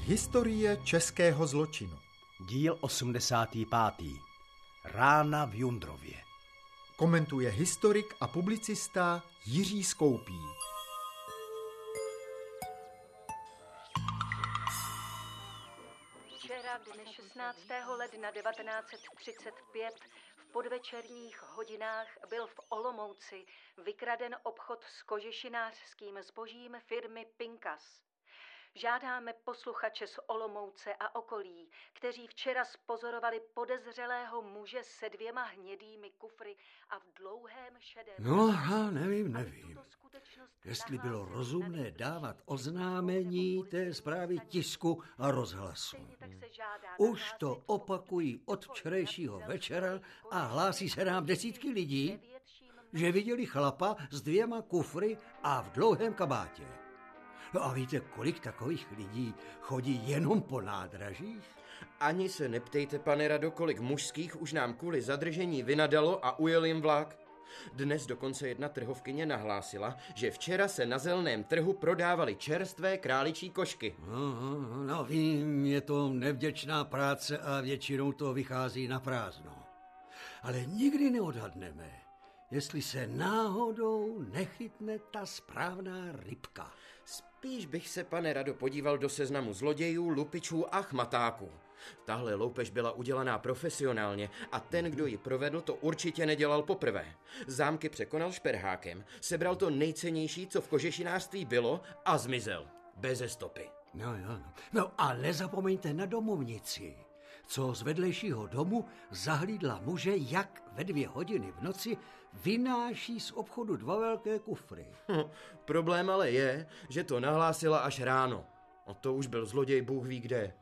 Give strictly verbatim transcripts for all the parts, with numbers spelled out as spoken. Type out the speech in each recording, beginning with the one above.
Historie českého zločinu. Díl osmdesátý pátý. Rána v Jundrově. Komentuje historik a publicista Jiří Skoupí. Včera dne šestnáctého ledna devatenáct set třicet pět v podvečerních hodinách byl v Olomouci vykraden obchod s kožešinářským zbožím firmy Pinkas. Žádáme posluchače z Olomouce a okolí, kteří včera spozorovali podezřelého muže se dvěma hnědými kufry a v dlouhém šedém... No, já nevím, nevím. Jestli bylo rozumné dávat oznámení té zprávy tisku a rozhlasu. Už to opakují od včerejšího večera a hlásí se nám desítky lidí, že viděli chlapa s dvěma kufry a v dlouhém kabátě. No a víte, kolik takových lidí chodí jenom po nádražích? Ani se neptejte, pane Rado, kolik mužských už nám kvůli zadržení vynadalo a ujel jim vlak. Dnes dokonce jedna trhovkyně nahlásila, že včera se na zeleném trhu prodávaly čerstvé králičí košky. No, no, no vím, je to nevděčná práce a většinou to vychází na prázdno. Ale nikdy neodhadneme, jestli se náhodou nechytne ta správná rybka. Spíš bych se, pane Rado, podíval do seznamu zlodějů, lupičů a chmatáků. Tahle loupež byla udělaná profesionálně a ten, kdo ji provedl, to určitě nedělal poprvé. Zámky překonal šperhákem, sebral to nejcennější, co v kožešinářství bylo a zmizel. Beze stopy. No jo, no. no a nezapomeňte na domovnici, co z vedlejšího domu zahlídla muže, jak ve dvě hodiny v noci vynáší z obchodu dva velké kufry. Hm, problém ale je, že to nahlásila až ráno. A to už byl zloděj Bůh ví kde.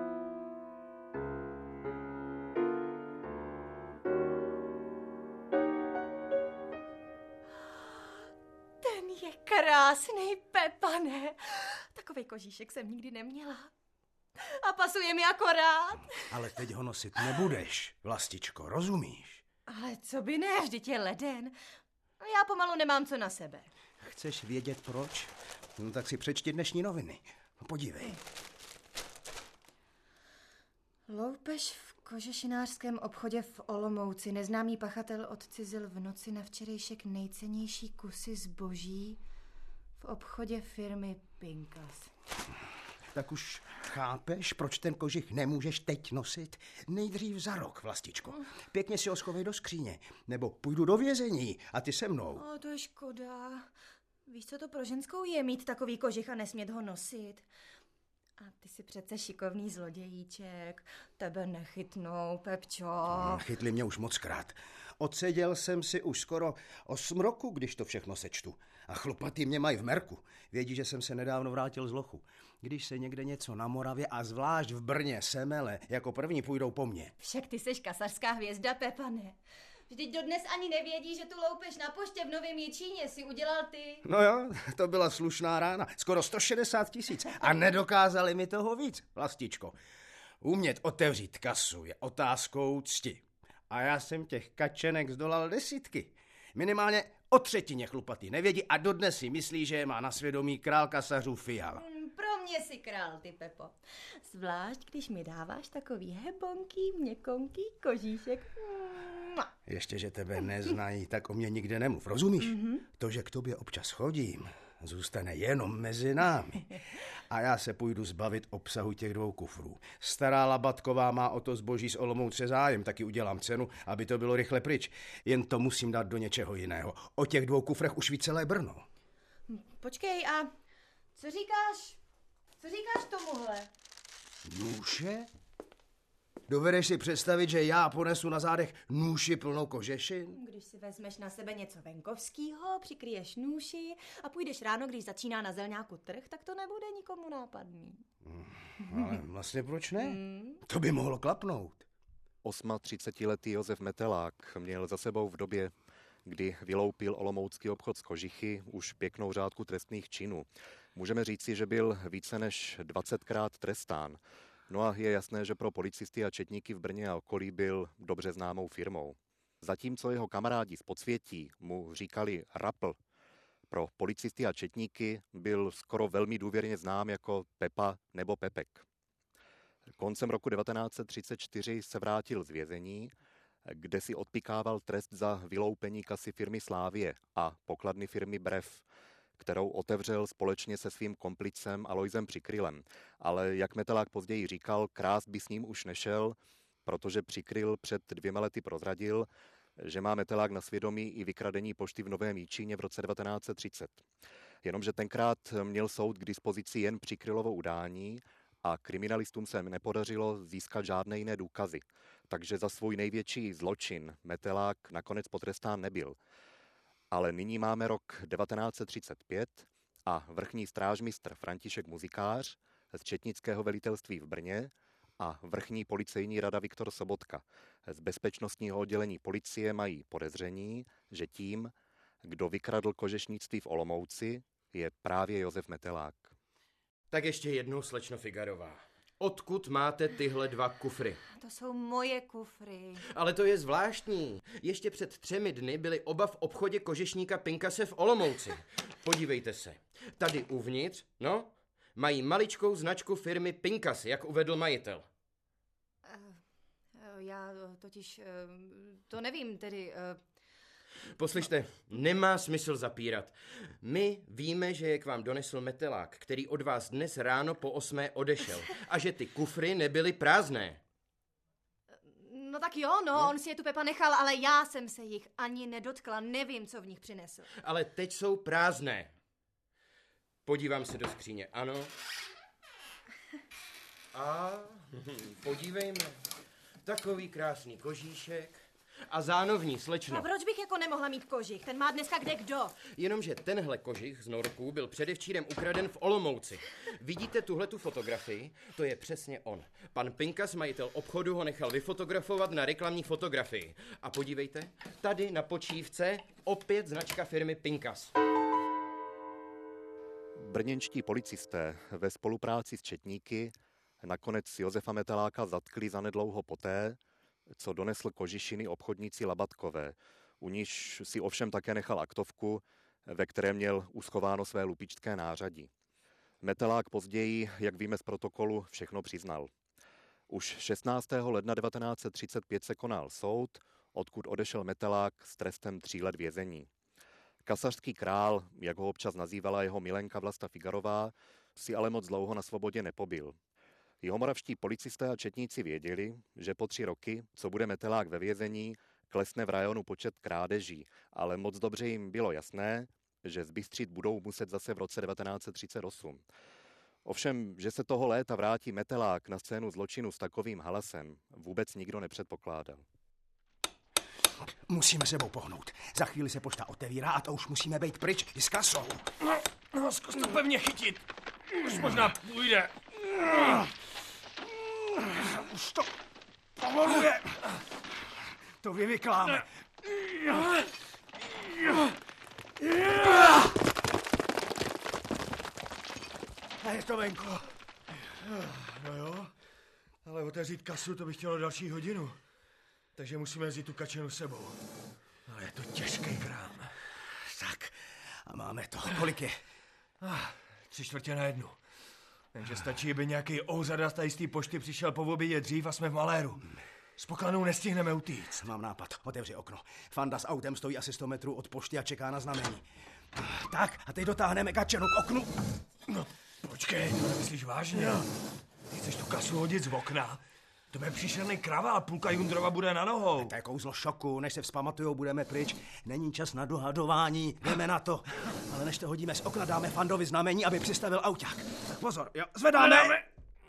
Ten je krásný, Pepane. Takovej kožíšek jsem nikdy neměla. A pasuje mi akorát. Ale teď ho nosit nebudeš, vlastičko, rozumíš? Ale co by ne, vždyť je leden. Já pomalu nemám co na sebe. Chceš vědět proč? No tak si přečti dnešní noviny. No, podívej. Loupež v kožešinářském obchodě v Olomouci. Neznámý pachatel odcizil v noci na včerejšek nejcennější kusy zboží v obchodě firmy Pinkas. Tak už chápeš, proč ten kožich nemůžeš teď nosit? Nejdřív za rok, vlastičko. Pěkně si ho schovej do skříně, nebo půjdu do vězení a ty se mnou. O, to je škoda. Víš, co to pro ženskou je mít takový kožich a nesmět ho nosit? A ty jsi přece šikovný zlodějíček. Tebe nechytnou, Pepčo. No, chytli mě už mockrát. Odseděl jsem si už skoro osm roku, když to všechno sečtu. A chlupatý mě mají v merku. Vědí, že jsem se nedávno vrátil z lochu. Když se někde něco na Moravě a zvlášť v Brně semele, jako první půjdou po mně. Však ty seš kasařská hvězda, Pepane. Vždyť dodnes ani nevědí, že tu loupež na poště v Novém Jičíně si udělal ty. No jo, to byla slušná rána. Skoro sto šedesát tisíc. A nedokázali mi toho víc, vlastičko. Umět otevřít kasu je otázkou cti. A já jsem těch kačenek zdolal desítky. Minimálně o třetině chlupatý nevědí a dodnes si myslí, že má na svědomí král kasařů Fiala. Mm, pro mě si král, ty Pepo. Zvlášť, když mi dáváš takový hebonký, měkonký kožíšek. Mua. Ještě, že tebe neznají, tak o mě nikde nemluv, rozumíš? Mm-hmm. To, že k tobě občas chodím, zůstane jenom mezi námi. A já se půjdu zbavit obsahu těch dvou kufrů. Stará Labatková má o to zboží z Olomouce zájem, taky udělám cenu, aby to bylo rychle pryč. Jen to musím dát do něčeho jiného. O těch dvou kufrech už ví celé Brno. Počkej, a co říkáš? Co říkáš tomuhle? Nůše? Dovedeš si představit, že já ponesu na zádech nůši plnou kožešin? Když si vezmeš na sebe něco venkovského, přikryješ nůši a půjdeš ráno, když začíná na zelňáku trh, tak to nebude nikomu nápadný. Hmm, ale vlastně proč ne? Hmm. To by mohlo klapnout. třicetiosmiletý Josef Metelák měl za sebou v době, kdy vyloupil olomoucký obchod z kožichy, už pěknou řádku trestných činů. Můžeme říci, že byl více než dvacetkrát trestán. No a je jasné, že pro policisty a četníky v Brně a okolí byl dobře známou firmou. Zatímco jeho kamarádi z podsvětí mu říkali Rapl, Pro policisty a četníky byl skoro velmi důvěrně znám jako Pepa nebo Pepek. Koncem roku devatenáct set třicet čtyři se vrátil z vězení, kde si odpikával trest za vyloupení kasy firmy Slávie a pokladny firmy Brev, kterou otevřel společně se svým komplicem Alojzem Přikrylem. Ale jak Metelák později říkal, krást by s ním už nešel, protože Přikryl před dvěma lety prozradil, že má Metelák na svědomí i vykradení pošty v Novém Jičíně v roce devatenáct set třicet. Jenomže tenkrát měl soud k dispozici jen Přikrylovo udání a kriminalistům se nepodařilo získat žádné jiné důkazy. Takže za svůj největší zločin Metelák nakonec potrestán nebyl. Ale nyní máme rok devatenáct set třicet pět a vrchní strážmistr František Muzikář z četnického velitelství v Brně a vrchní policejní rada Viktor Sobotka z bezpečnostního oddělení policie mají podezření, že tím, kdo vykradl kožešnictví v Olomouci, je právě Josef Metelák. Tak ještě jednou, slečno Figarová. Odkud máte tyhle dva kufry? To jsou moje kufry. Ale to je zvláštní. Ještě před třemi dny byly oba v obchodě kožešníka Pinkase v Olomouci. Podívejte se. Tady uvnitř, no, mají maličkou značku firmy Pinkas, jak uvedl majitel. Já totiž to nevím, tedy... Poslyšte, nemá smysl zapírat. My víme, že je k vám donesl Metelák, který od vás dnes ráno po osmé odešel. A že ty kufry nebyly prázdné. No tak jo, no, no, on si je tu Pepa nechal, ale já jsem se jich ani nedotkla, nevím, co v nich přinesl. Ale teď jsou prázdné. Podívám se do skříně, ano. A podívejme. Takový krásný kožíšek. A zánovní, slečno. A proč bych jako nemohla mít kožich? Ten má dneska kde kdo? Jenomže tenhle kožich z norků byl předevčírem ukraden v Olomouci. Vidíte tuhletu fotografii? To je přesně on. Pan Pinkas, majitel obchodu, ho nechal vyfotografovat na reklamní fotografii. A podívejte, tady na počívce opět značka firmy Pinkas. Brněnští policisté ve spolupráci s četníky nakonec Josefa Meteláka zatkli zanedlouho poté, co donesl kožišiny obchodníci Labatkové. U níž si ovšem také nechal aktovku, ve které měl uschováno své lupičské nářadí. Metelák později, jak víme z protokolu, všechno přiznal. Už šestnáctého ledna devatenáct set třicet pět se konal soud, odkud odešel Metelák s trestem tří let vězení. Kasařský král, jak ho občas nazývala jeho milenka Vlasta Figarová, si ale moc dlouho na svobodě nepobyl. Jihomoravští policisté a četníci věděli, že po tři roky, co bude Metelák ve vězení, klesne v rajonu počet krádeží, ale moc dobře jim bylo jasné, že zbystřit budou muset zase v roce devatenáct set třicet osm. Ovšem, že se toho léta vrátí Metelák na scénu zločinu s takovým halasem, vůbec nikdo nepředpokládal. Musíme sebou pohnout. Za chvíli se pošta otevírá a to už musíme být pryč i s kasou. No, no zkus to pevně chytit. Už možná půjde. Už to povoluje. To vymykláme. A je to venku. No jo, ale otevřít kasu to by chtělo další hodinu. Takže musíme vzít tu kačenu sebou. Ale je to těžký krám. Tak, a máme to. Kolik je? Ah, tři čtvrtě na jednu. Takže stačí, by nějaký ouzada z tady z té pošty přišel po obědě dřív a jsme v maléru. S pokladnou nestihneme utíct. Mám nápad. Otevři okno. Fanda s autem stojí asi sto metrů od pošty a čeká na znamení. Tak, a teď dotáhneme kačenu k oknu. No, počkej, to nemyslíš vážně? No. Ty chceš tu kasu hodit z okna? To bude příšerný kravál, půlka Jundrova bude na nohou. To je kouzlo šoku, než se vzpamatujou, budeme pryč. Není čas na dohadování, jdeme na to. Ale než to hodíme z okna, dáme Fandovi znamení, aby přistavil auták. Tak pozor, jo, zvedáme. zvedáme.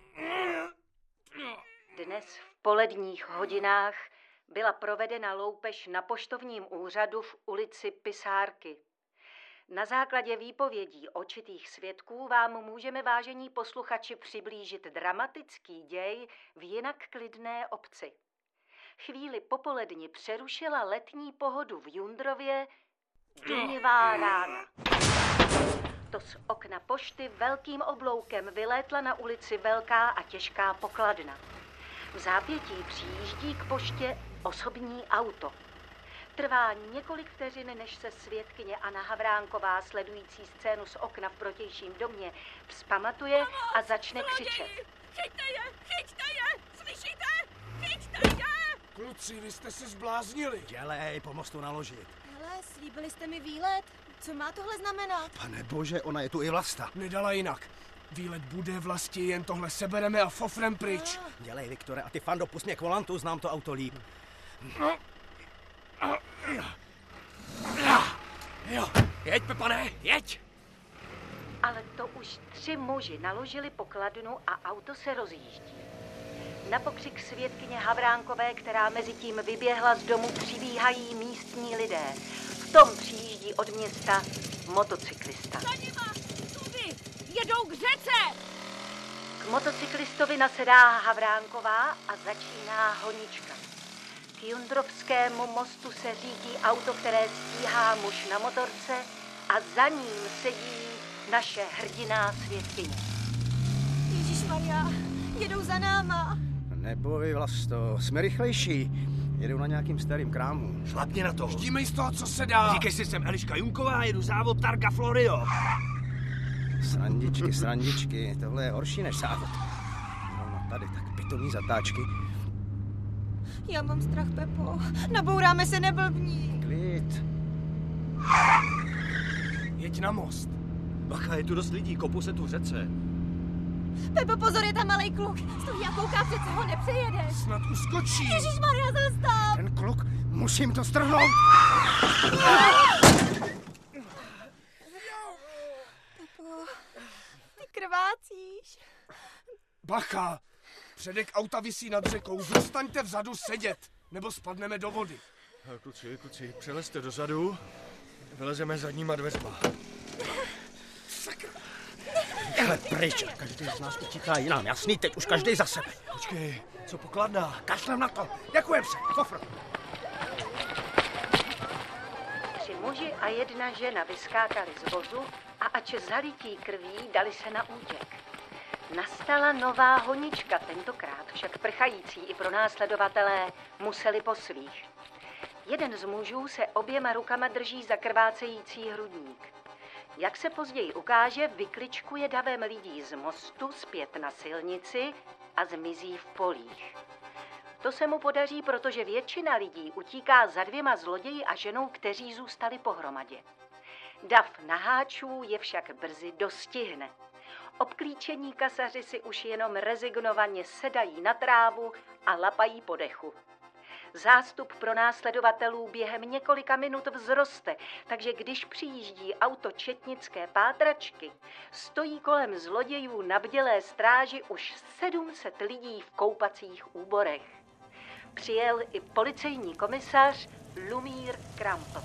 Dnes v poledních hodinách byla provedena loupež na poštovním úřadu v ulici Pisárky. Na základě výpovědí očitých svědků vám můžeme, vážení posluchači, přiblížit dramatický děj v jinak klidné obci. Chvíli popoledni přerušila letní pohodu v Jundrově dýmivá rána. To z okna pošty velkým obloukem vylétla na ulici velká a těžká pokladna. V zápětí přijíždí k poště osobní auto. Trvá několik vteřin, než se svědkyně Anna Havránková, sledující scénu z okna v protějším domě, vzpamatuje a začne křičet. Chyťte je! Chyťte je! Slyšíte? Chyťte je! Kluci, vy jste se zbláznili. Dělej, pomoz to naložit. Hele, slíbili jste mi výlet. Co má tohle znamenat? Pane bože, ona je tu i Vlasta. Nedala jinak. Výlet bude, Vlasti, jen tohle sebereme a fofrem pryč. Dělej, Viktore, a ty, Fando, pust mě k volantu, znám to auto líp. Jo, jeď, Pepane, jeď! Ale to už tři muži naložili pokladnu a auto se rozjíždí. Na pokřik svědkyně Havránkové, která mezi tím vyběhla z domu, přibíhají místní lidé. V tom přijíždí od města motocyklista. Za nima! Tudy! Jedou k řece! K motocyklistovi nasedá Havránková a začíná honička. K Jundrovskému mostu se řítí auto, které stíhá muž na motorce a za ním sedí naše hrdiná svědkyně. Ježišmarja, jedou za náma. Neboj, Vlasto, jsme rychlejší. Jedou na nějakým starým krámu. Šlapni na to. Ždíme z toho, co se dá. Říkej si, jsem Eliška Junková, jedu závod Targa Florio. Srandičky, srandičky, tohle je horší než závod. No, tady tak pitomí zatáčky. Já mám strach, Pepo. Nabouráme se, neblbní. Klid. Jeď na most. Bacha, je tu dost lidí, kopu se tu v řece. Pepo, pozor, je tam malej kluk. Stojí a kouká, přece ho nepřejede. Snad uskočí. Ježišmarja, zastav. Ten kluk, musím to strhnout. Pepo, ty krvácíš. Bacha, předek auta visí nad řekou, zůstaňte vzadu sedět, nebo spadneme do vody. Kluci, kluci, přelezte dozadu, vylezeme zadníma dveřma. Sakra. Rychle pryč, každý z nás utíká jinam, jasný, teď už každý za sebe. Počkej, co pokladná? Kašlem na to, děkujem se, kofr. Tři muži a jedna žena vyskákali z vozu a ač zalití krví, dali se na útěk. Nastala nová honička, tentokrát však prchající i pronásledovatelé museli po svých. Jeden z mužů se oběma rukama drží za krvácející hrudník. Jak se později ukáže, vykličkuje davem lidí z mostu zpět na silnici a zmizí v polích. To se mu podaří, protože většina lidí utíká za dvěma zloději a ženou, kteří zůstali pohromadě. Dav naháčů je však brzy dostihne. Obklíčení kasaři si už jenom rezignovaně sedají na trávu a lapají po dechu. Zástup pronásledovatelů během několika minut vzroste, takže když přijíždí auto četnické pátračky, stojí kolem zlodějů na bdělé stráži už sedm set lidí v koupacích úborech. Přijel i policejní komisař Lumír Krampl.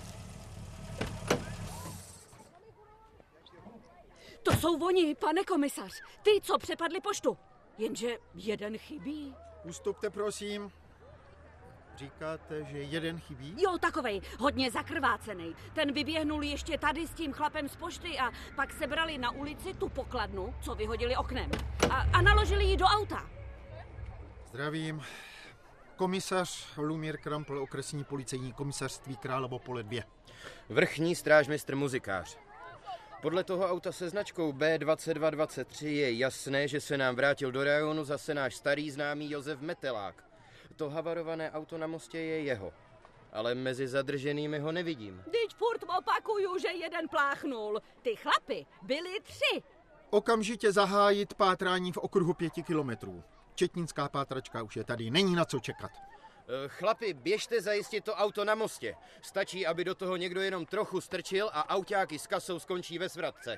To jsou oni, pane komisař. Ty, co přepadli poštu. Jenže jeden chybí. Ustupte, prosím. Říkáte, že jeden chybí? Jo, takovej, hodně zakrvácený. Ten vyběhnul ještě tady s tím chlapem z pošty a pak sebrali na ulici tu pokladnu, co vyhodili oknem. A, a naložili ji do auta. Zdravím. Komisař Lumír Krampl, okresní policejní komisařství Královo pole dvě. Vrchní strážmistr muzikář. Podle toho auta se značkou bé dvacet dva dvacet tři je jasné, že se nám vrátil do rajonu zase náš starý známý Josef Metelák. To havarované auto na mostě je jeho, ale mezi zadrženými ho nevidím. Teď furt opakuju, že jeden pláchnul. Ty chlapy byli tři. Okamžitě zahájit pátrání v okruhu pěti kilometrů. Četnická pátračka už je tady, není na co čekat. Chlapi, běžte zajistit to auto na mostě. Stačí, aby do toho někdo jenom trochu strčil a auťáky s kasou skončí ve svratce.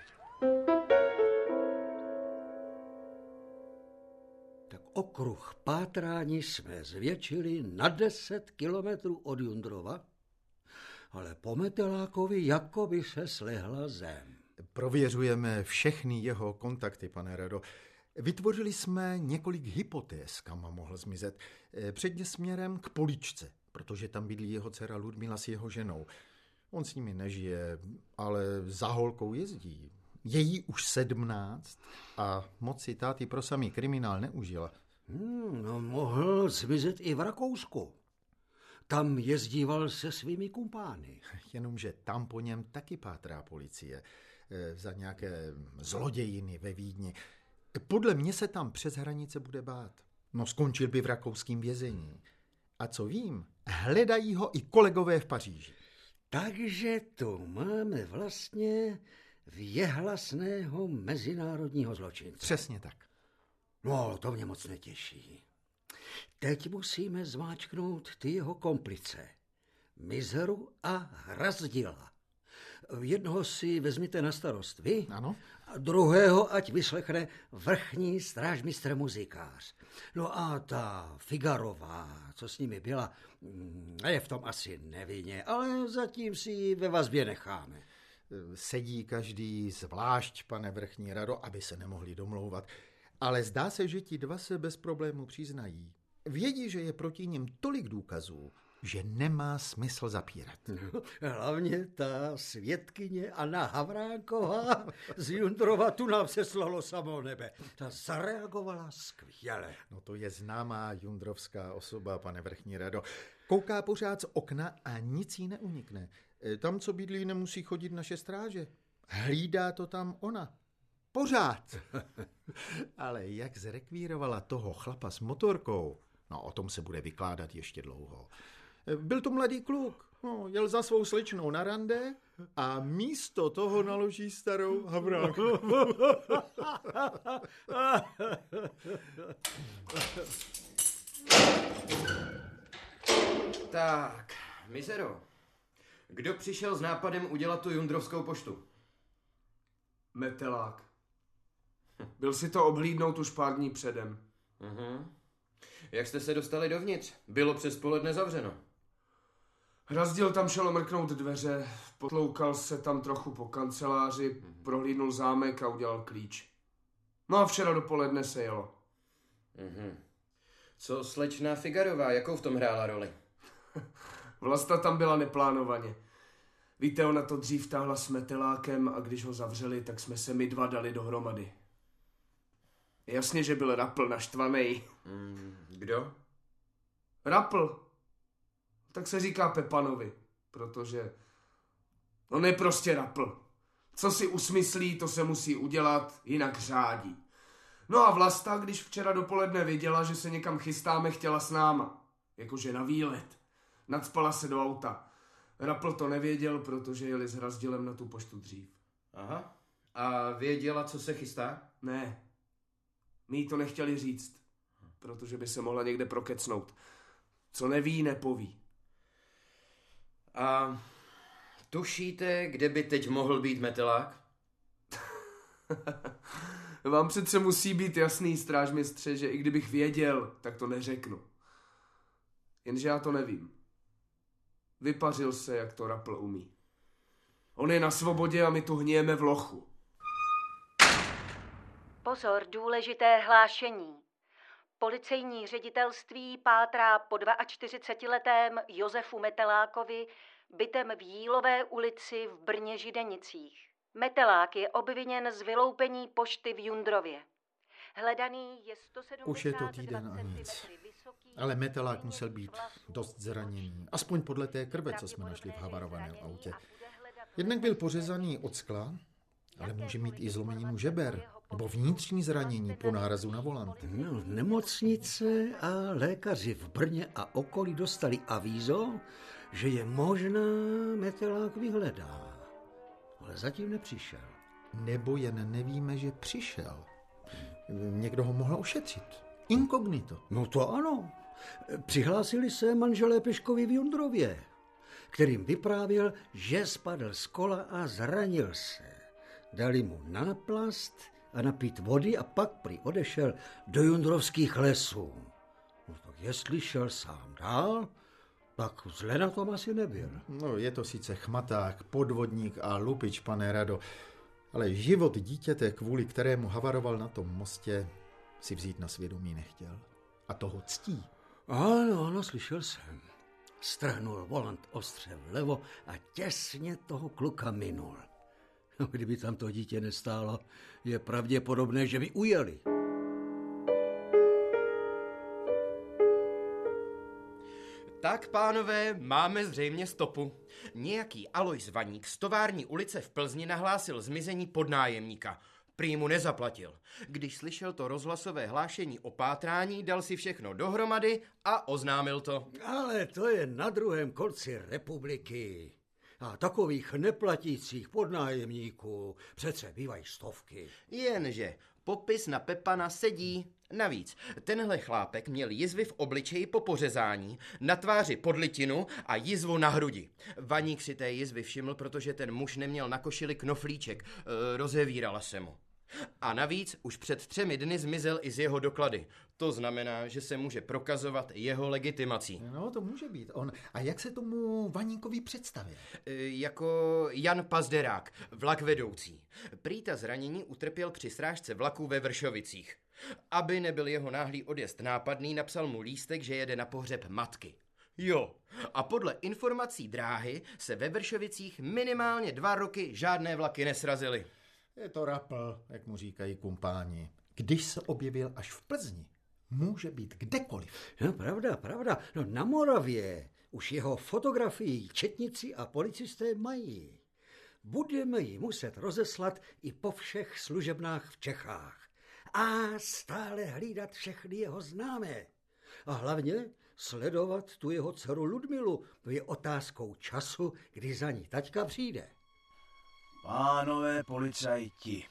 Tak okruh pátrání jsme zvětšili na deset kilometrů od Jundrova, ale po Metelákovi jako by se slehla zem. Prověřujeme všechny jeho kontakty, pane Rado. Vytvořili jsme několik hypotéz, kam mohl zmizet. Předně směrem k Poličce, protože tam bydlí jeho dcera Ludmila s jeho ženou. On s nimi nežije, ale za holkou jezdí. Je jí už sedmnáct a moc si táty pro samý kriminál neužila. Hmm, no mohl zmizet i v Rakousku. Tam jezdíval se svými kumpány. Jenomže tam po něm taky pátrá policie e, za nějaké zlodějiny ve Vídni. Podle mě se tam přes hranice bude bát. No skončil by v rakouském vězení. A co vím, hledají ho i kolegové v Paříži. Takže tu máme vlastně věhlasného mezinárodního zločince. Přesně tak. No, to mě moc netěší. Teď musíme zmáčknout ty jeho komplice. Mizeru a Hrazdila. Jednoho si vezměte na starost vy, ano. A druhého ať vyslechne vrchní strážmistr muzikář. No a ta Figarová, co s nimi byla, je v tom asi nevinně, ale zatím si ji ve vazbě necháme. Sedí každý zvlášť, pane vrchní rado, aby se nemohli domlouvat. Ale zdá se, že ti dva se bez problému přiznají. Vědí, že je proti nim tolik důkazů, že nemá smysl zapírat. No, hlavně ta svědkyně Anna Havránková z Jundrova, tu nám se slalo samo nebe. Ta zareagovala skvěle. No to je známá jundrovská osoba, pane vrchní rado. Kouká pořád z okna a nic jí neunikne. Tam, co bydlí, nemusí chodit naše stráže. Hlídá to tam ona. Pořád. Ale jak zrekvírovala toho chlapa s motorkou, no o tom se bude vykládat ještě dlouho. Byl to mladý kluk, no, jel za svou slečnou na rande a místo toho naloží starou Havránku. Tak, Mizero, kdo přišel s nápadem udělat tu jundrovskou poštu? Metelák. Byl si to obhlídnout už pár dní předem. Uh-huh. Jak jste se dostali dovnitř? Bylo přes poledne zavřeno. Hrazdil tam šel mrknout dveře, potloukal se tam trochu po kanceláři, prohlídnul zámek a udělal klíč. No a včera dopoledne se jelo. Uh-huh. Co slečna Figarová, jakou v tom hrála roli? Vlasta tam byla neplánovaně. Víte, ona to dřív táhla s Metelákem a když ho zavřeli, tak jsme se my dva dali dohromady. Jasně, že byl Rapl naštvanej. Mm, kdo? Rapl. Tak se říká Pepanovi, protože on je prostě Rapl. Co si usmyslí, to se musí udělat, jinak řádí. No a Vlasta, když včera dopoledne věděla, že se někam chystáme, chtěla s náma. Jakože na výlet. Nacpala se do auta. Rapl to nevěděl, protože jeli s Hrazdilem na tu poštu dřív. Aha. A věděla, co se chystá? Ne. My jí to nechtěli říct, protože by se mohla někde prokecnout. Co neví, nepoví. A tušíte, kde by teď mohl být Metelák? Vám přece musí být jasný, strážmistře, že i kdybych věděl, tak to neřeknu. Jenže já to nevím. Vypařil se, jak to Rapl umí. On je na svobodě a my tu hníjeme v lochu. Pozor, důležité hlášení. Policejní ředitelství pátrá po čtyřicetiletém Josefu Metelákovi bytem v Jílové ulici v Brně Židenicích. Metelák je obviněn z vyloupení pošty v Jundrově. Hledaný je sto sedmdesát Už je to týden a nic. Ale Metelák musel být dost zraněný. Aspoň podle té krve, co jsme našli v havarovaném autě. Jednak byl pořezaný od skla, ale může mít i zlomeninu žeber nebo vnitřní zranění po nárazu na volant. No, nemocnice a lékaři v Brně a okolí dostali avízo, že je možná Metelák vyhledá. Ale zatím nepřišel. Nebo jen nevíme, že přišel. Někdo ho mohl ošetřit. Inkognito. No to ano. Přihlásili se manželé Peškovi v Jundrově, kterým vyprávěl, že spadl z kola a zranil se. Dali mu náplast a napít vody a pak prý odešel do jundrovských lesů. No tak jestli šel sám dál, tak zle na tom asi nebyl. No je to sice chmaták, podvodník a lupič, pane Rado, ale život dítěte, kvůli kterému havaroval na tom mostě, si vzít na svědomí nechtěl. A toho ctí. Ano, ano, slyšel jsem. Strhnul volant ostře vlevo a těsně toho kluka minul. No, kdyby tam to dítě nestálo, je pravděpodobné, že by ujeli. Tak Tak, pánové, máme zřejmě stopu. Nějaký Alojz Vaník z tovární ulice v Plzni nahlásil zmizení podnájemníka. Prý mu nezaplatil. Když slyšel to rozhlasové hlášení o pátrání, dal si všechno dohromady a oznámil to. Ale to je na druhém konci republiky. A takových neplatících podnájemníků přece bývají stovky. Jenže popis na Pepana sedí. Navíc, tenhle chlápek měl jizvy v obličeji po pořezání, na tváři podlitinu a jizvu na hrudi. Vaník si té jizvy všiml, protože ten muž neměl na košili knoflíček, e, rozevírala se mu. A navíc už před třemi dny zmizel i z jeho doklady. To znamená, že se může prokazovat jeho legitimací. No, to může být on. A jak se tomu Vaníkovi představil? E, jako Jan Pazderák, vlakvedoucí. Prý ta zranění utrpěl při srážce vlaku ve Vršovicích. Aby nebyl jeho náhlý odjezd nápadný, napsal mu lístek, že jede na pohřeb matky. Jo, a podle informací dráhy se ve Vršovicích minimálně dva roky žádné vlaky nesrazily. Je to rapl, jak mu říkají kumpáni. Když se objevil až v Plzni, může být kdekoliv. No, pravda, pravda. No, na Moravě už jeho fotografii četníci a policisté mají. Budeme ji muset rozeslat i po všech služebnách v Čechách. A stále hlídat všechny jeho známé. A hlavně sledovat tu jeho dceru Ludmilu. To je otázkou času, kdy za ní taťka přijde. Pánové policajti,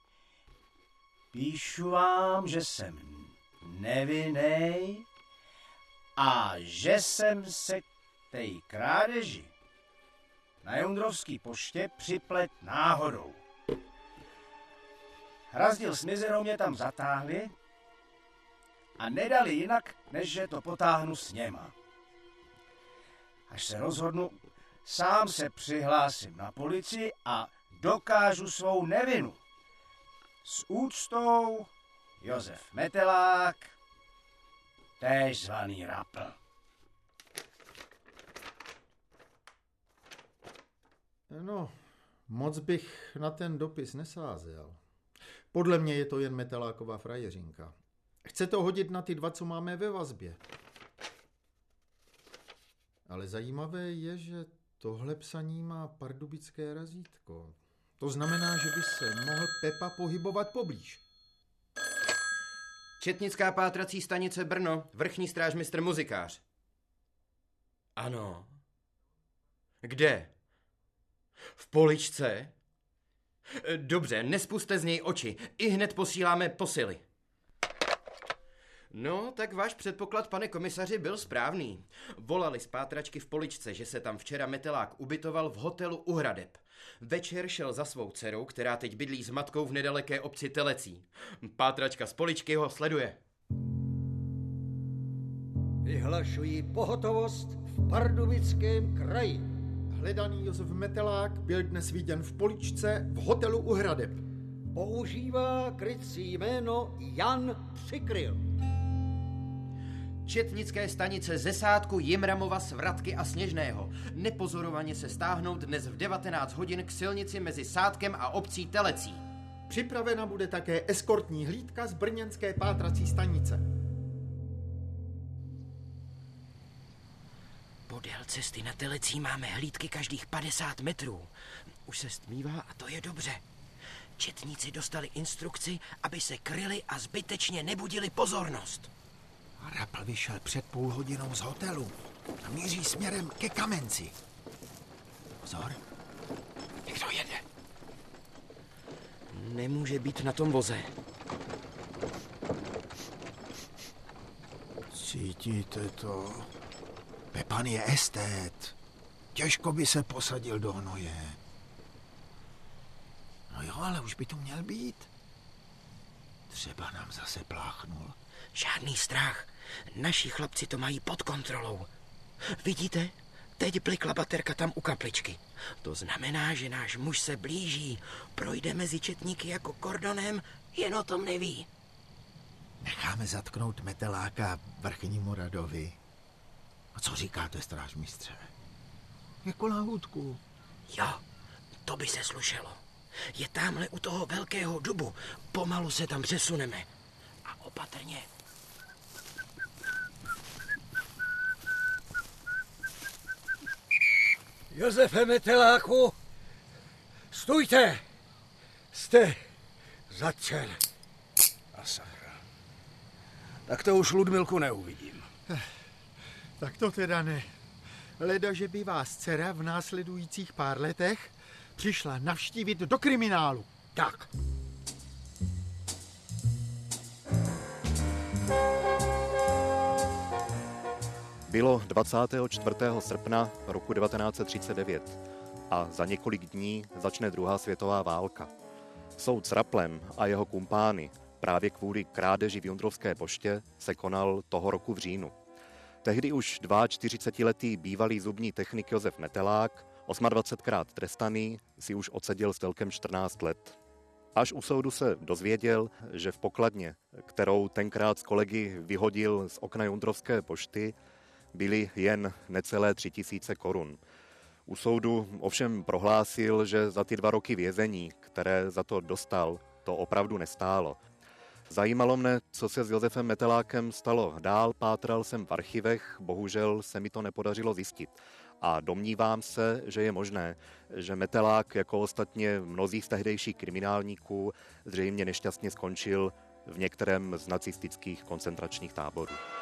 píšu vám, že jsem nevinnej a že jsem se k té krádeži na Jundrovský poště připlet náhodou. Hrazdil s mizerou mě tam zatáhli a nedali jinak, než že to potáhnu s něma. Až se rozhodnu, sám se přihlásím na policii a dokážu svou nevinu. S úctou Josef Metelák, též zvaný Rapl. No, moc bych na ten dopis nesázel. Podle mě je to jen Meteláková frajeřinka. Chce to hodit na ty dva, co máme ve vazbě. Ale zajímavé je, že tohle psaní má pardubické razítko. To znamená, že by se mohl Pepa pohybovat poblíž. Četnická pátrací stanice Brno, vrchní strážmistr Muzikář. Ano. Kde? V Poličce? Dobře, nespuste z něj oči. I hned posíláme posily. No, tak váš předpoklad, pane komisaři, byl správný. Volali z pátračky v Poličce, že se tam včera Metelák ubytoval v hotelu u Hradeb. Večer šel za svou dcerou, která teď bydlí s matkou v nedaleké obci Telecí. Pátračka z Poličky ho sleduje. Vyhlašují pohotovost v Pardubickém kraji. Hledaný Josef Metelák byl dnes viděn v Poličce v hotelu u Hradeb. Používá krycí jméno Jan Přikryl. Četnické stanice Zesátku, Jimramova, Svratky a Sněžného. Nepozorovaně se stáhnout dnes v devatenáct hodin k silnici mezi Sátkem a obcí Telecí. Připravena bude také eskortní hlídka z brněnské pátrací stanice. Podél cesty na Telecí máme hlídky každých padesát metrů. Už se stmívá a to je dobře. Četníci dostali instrukci, aby se kryli a zbytečně nebudili pozornost. Rapl vyšel před půl hodinou z hotelu a míří směrem ke Kamenci. Pozor, někdo jede. Nemůže být na tom voze. Cítíte to? Pepan je estét. Těžko by se posadil do hnoje. No jo, ale už by tu měl být. Třeba nám zase pláchnul. Žádný strach. Naši chlapci to mají pod kontrolou. Vidíte? Teď blikla baterka tam u kapličky. To znamená, že náš muž se blíží. Projde mezi četníky jako kordonem, jen o tom neví. Necháme zatknout Meteláka vrchnímu radovi. A co říkáte, strážmistře? Jako lahůdku. Jo, to by se slušelo. Je tamhle u toho velkého dubu. Pomalu se tam přesuneme. A opatrně. Josefe Meteláku, stůjte! Jste zatčen. A sakra. Tak to už Ludmilku neuvidím. Tak to teda ne. Leda, že by vás dcera v následujících pár letech přišla navštívit do kriminálu. Tak. Bylo dvacátého čtvrtého srpna roku devatenáct set třicet devět a za několik dní začne druhá světová válka. Soud s Raplem a jeho kumpány právě kvůli krádeži v Jundrovské poště se konal toho roku v říjnu. Tehdy už čtyřicetiletý bývalý zubní technik Josef Metelák, dvacetosmkrát trestaný, si už odseděl celkem čtrnáct let. Až u soudu se dozvěděl, že v pokladně, kterou tenkrát s kolegy vyhodil z okna Jundrovské pošty, byly jen necelé tři tisíce korun. U soudu ovšem prohlásil, že za ty dva roky vězení, které za to dostal, to opravdu nestálo. Zajímalo mne, co se s Josefem Metelákem stalo dál, pátral jsem v archivech, bohužel se mi to nepodařilo zjistit. A domnívám se, že je možné, že Metelák, jako ostatně mnozí z tehdejších kriminálníků, zřejmě nešťastně skončil v některém z nacistických koncentračních táborů.